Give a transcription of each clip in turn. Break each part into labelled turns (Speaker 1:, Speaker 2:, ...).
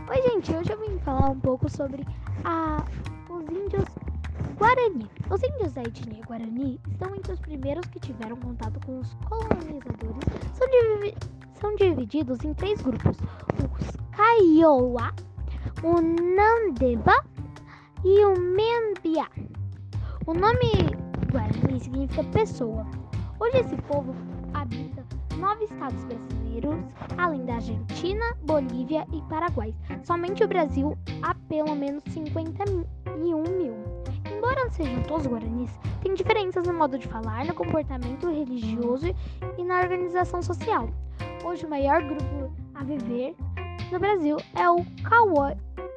Speaker 1: Oi, gente, hoje eu vim falar um pouco sobre os índios Guarani. Os índios da etnia Guarani estão entre os primeiros que tiveram contato com os colonizadores. São divididos em 3 grupos: os Kaiowá, o Nandeva e o Membiá. O nome Guarani significa pessoa. Hoje esse povo habita 9 estados brasileiros, além da Argentina, Bolívia e Paraguai. Somente o Brasil há pelo menos 51 mil. Embora sejam todos guaranis, tem diferenças no modo de falar, no comportamento religioso e na organização social. Hoje o maior grupo a viver no Brasil é o Kaiowá,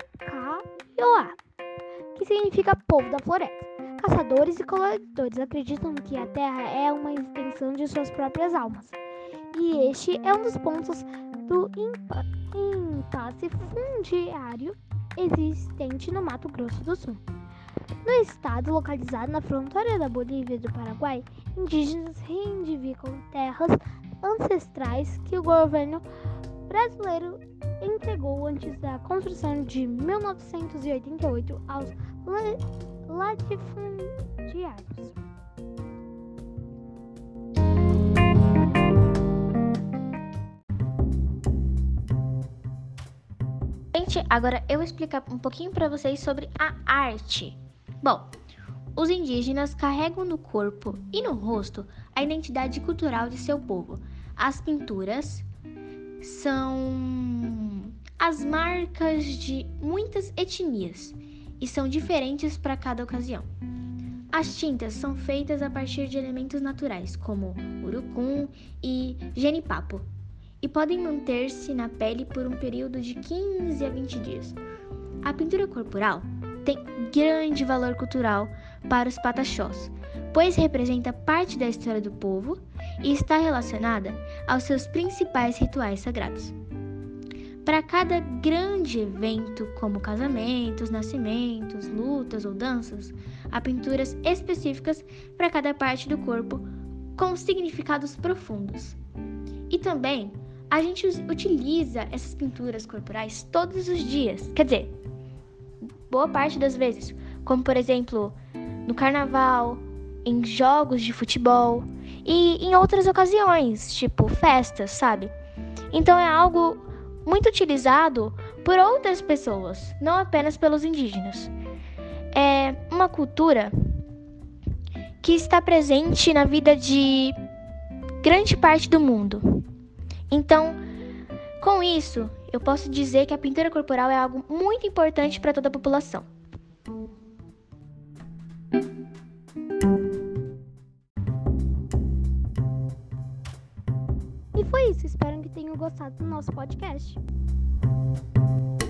Speaker 1: que significa povo da floresta. Caçadores e coletores acreditam que a terra é uma extensão de suas próprias almas. E este é um dos pontos do impasse fundiário existente no Mato Grosso do Sul. No estado localizado na fronteira da Bolívia e do Paraguai, indígenas reivindicam terras ancestrais que o governo brasileiro entregou antes da construção de 1988 aos latifundiários.
Speaker 2: Gente, agora eu vou explicar um pouquinho para vocês sobre a arte. Bom, os indígenas carregam no corpo e no rosto a identidade cultural de seu povo. As pinturas são as marcas de muitas etnias e são diferentes para cada ocasião. As tintas são feitas a partir de elementos naturais, como urucum e genipapo, e podem manter-se na pele por um período de 15 a 20 dias. A pintura corporal tem grande valor cultural para os pataxós, pois representa parte da história do povo e está relacionada aos seus principais rituais sagrados. Para cada grande evento, como casamentos, nascimentos, lutas ou danças, há pinturas específicas para cada parte do corpo com significados profundos. E também a gente utiliza essas pinturas corporais todos os dias, quer dizer, boa parte das vezes, como por exemplo, no carnaval, em jogos de futebol e em outras ocasiões, tipo festas, sabe? Então é algo muito utilizado por outras pessoas, não apenas pelos indígenas. É uma cultura que está presente na vida de grande parte do mundo. Então, com isso, eu posso dizer que a pintura corporal é algo muito importante para toda a população.
Speaker 1: E foi isso, espero que tenham gostado do nosso podcast.